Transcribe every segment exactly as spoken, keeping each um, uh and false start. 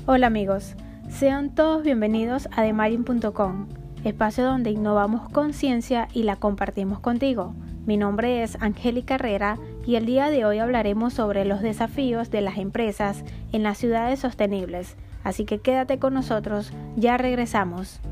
Hola amigos, sean todos bienvenidos a Demayin punto com, espacio donde innovamos conciencia y la compartimos contigo. Mi nombre es Angélica Herrera y el día de hoy hablaremos sobre los desafíos de las empresas en las ciudades sostenibles, así que quédate con nosotros, ya regresamos.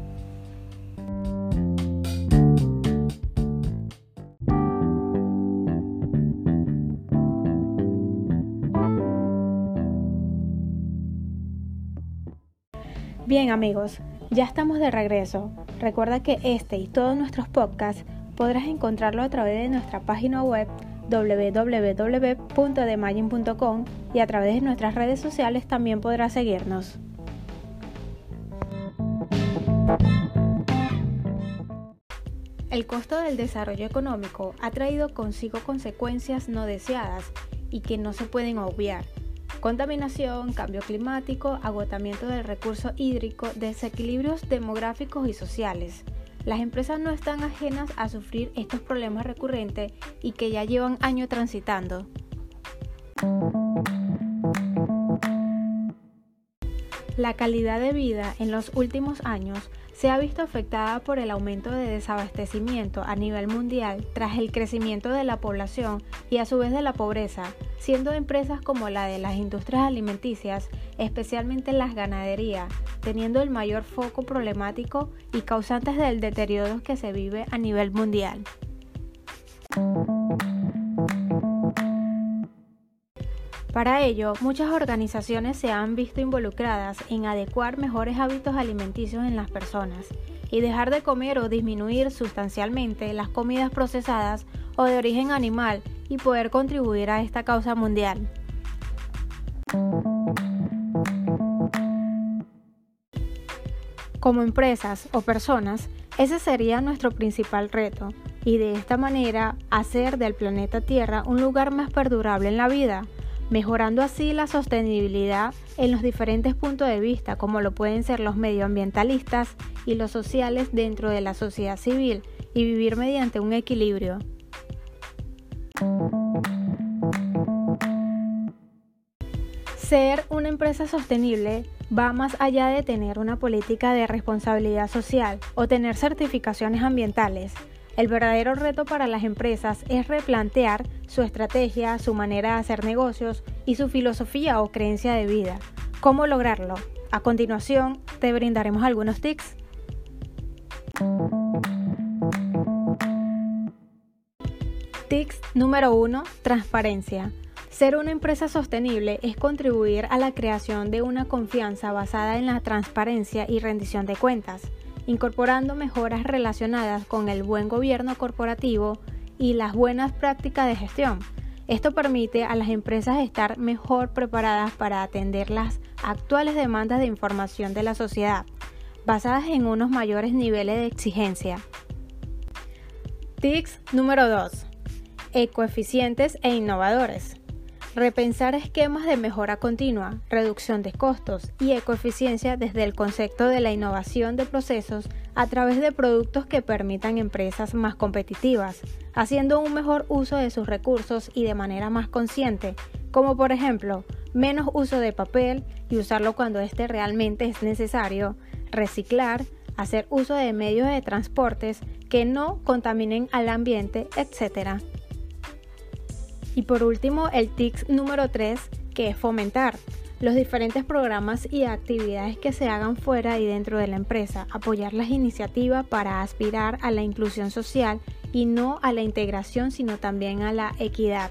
Bien amigos, ya estamos de regreso. Recuerda que este y todos nuestros podcasts podrás encontrarlo a través de nuestra página web doble u doble u doble u punto demayin punto com y a través de nuestras redes sociales también podrás seguirnos. El costo del desarrollo económico ha traído consigo consecuencias no deseadas y que no se pueden obviar. Contaminación, cambio climático, agotamiento del recurso hídrico, desequilibrios demográficos y sociales. Las empresas no están ajenas a sufrir estos problemas recurrentes y que ya llevan años transitando. La calidad de vida en los últimos años se ha visto afectada por el aumento de desabastecimiento a nivel mundial tras el crecimiento de la población y a su vez de la pobreza, siendo empresas como la de las industrias alimenticias, especialmente las ganaderías, teniendo el mayor foco problemático y causantes del deterioro que se vive a nivel mundial. Para ello, muchas organizaciones se han visto involucradas en adecuar mejores hábitos alimenticios en las personas y dejar de comer o disminuir sustancialmente las comidas procesadas o de origen animal y poder contribuir a esta causa mundial. Como empresas o personas, ese sería nuestro principal reto y de esta manera hacer del planeta Tierra un lugar más perdurable en la vida, mejorando así la sostenibilidad en los diferentes puntos de vista, como lo pueden ser los medioambientalistas y los sociales dentro de la sociedad civil, y vivir mediante un equilibrio. Ser una empresa sostenible va más allá de tener una política de responsabilidad social o tener certificaciones ambientales. El verdadero reto para las empresas es replantear su estrategia, su manera de hacer negocios y su filosofía o creencia de vida. ¿Cómo lograrlo? A continuación, te brindaremos algunos tips. Tips número uno. Transparencia. Ser una empresa sostenible es contribuir a la creación de una confianza basada en la transparencia y rendición de cuentas, incorporando mejoras relacionadas con el buen gobierno corporativo y las buenas prácticas de gestión. Esto permite a las empresas estar mejor preparadas para atender las actuales demandas de información de la sociedad, basadas en unos mayores niveles de exigencia. Tips número dos. Ecoeficientes e innovadores. Repensar esquemas de mejora continua, reducción de costos y ecoeficiencia desde el concepto de la innovación de procesos a través de productos que permitan empresas más competitivas, haciendo un mejor uso de sus recursos y de manera más consciente, como por ejemplo, menos uso de papel y usarlo cuando este realmente es necesario, reciclar, hacer uso de medios de transportes que no contaminen al ambiente, etcétera. Y por último, el tip número tres, que es fomentar los diferentes programas y actividades que se hagan fuera y dentro de la empresa, apoyar las iniciativas para aspirar a la inclusión social y no a la integración, sino también a la equidad.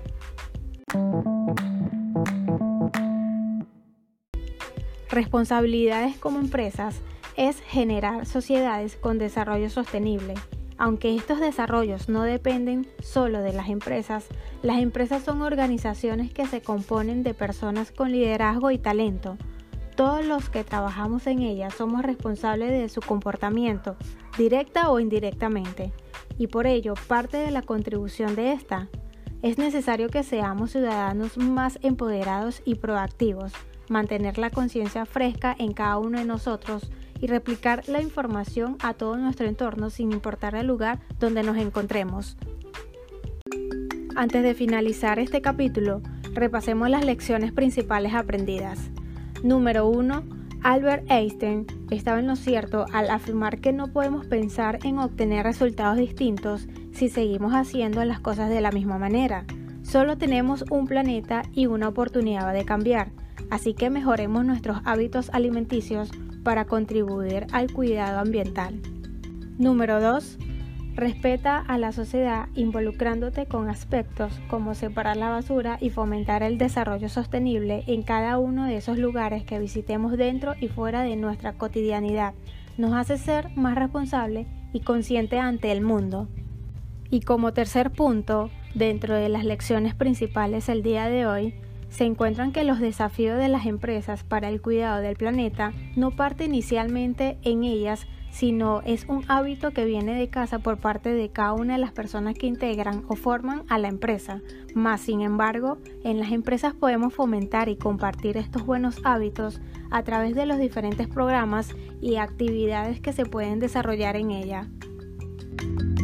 Responsabilidades como empresas es generar sociedades con desarrollo sostenible. Aunque estos desarrollos no dependen solo de las empresas, las empresas son organizaciones que se componen de personas con liderazgo y talento. Todos los que trabajamos en ellas somos responsables de su comportamiento, directa o indirectamente, y por ello parte de la contribución de esta. Es necesario que seamos ciudadanos más empoderados y proactivos, mantener la conciencia fresca en cada uno de nosotros, y replicar la información a todo nuestro entorno sin importar el lugar donde nos encontremos. Antes de finalizar este capítulo, repasemos las lecciones principales aprendidas. Número uno. Albert Einstein estaba en lo cierto al afirmar que no podemos pensar en obtener resultados distintos si seguimos haciendo las cosas de la misma manera. Solo tenemos un planeta y una oportunidad de cambiar, así que mejoremos nuestros hábitos alimenticios para contribuir al cuidado ambiental. Número dos. Respeta a la sociedad involucrándote con aspectos como separar la basura y fomentar el desarrollo sostenible en cada uno de esos lugares que visitemos dentro y fuera de nuestra cotidianidad. Nos hace ser más responsables y conscientes ante el mundo. Y como tercer punto, dentro de las lecciones principales el día de hoy, se encuentran que los desafíos de las empresas para el cuidado del planeta no parte inicialmente en ellas, sino es un hábito que viene de casa por parte de cada una de las personas que integran o forman a la empresa. Más sin embargo, en las empresas podemos fomentar y compartir estos buenos hábitos a través de los diferentes programas y actividades que se pueden desarrollar en ella.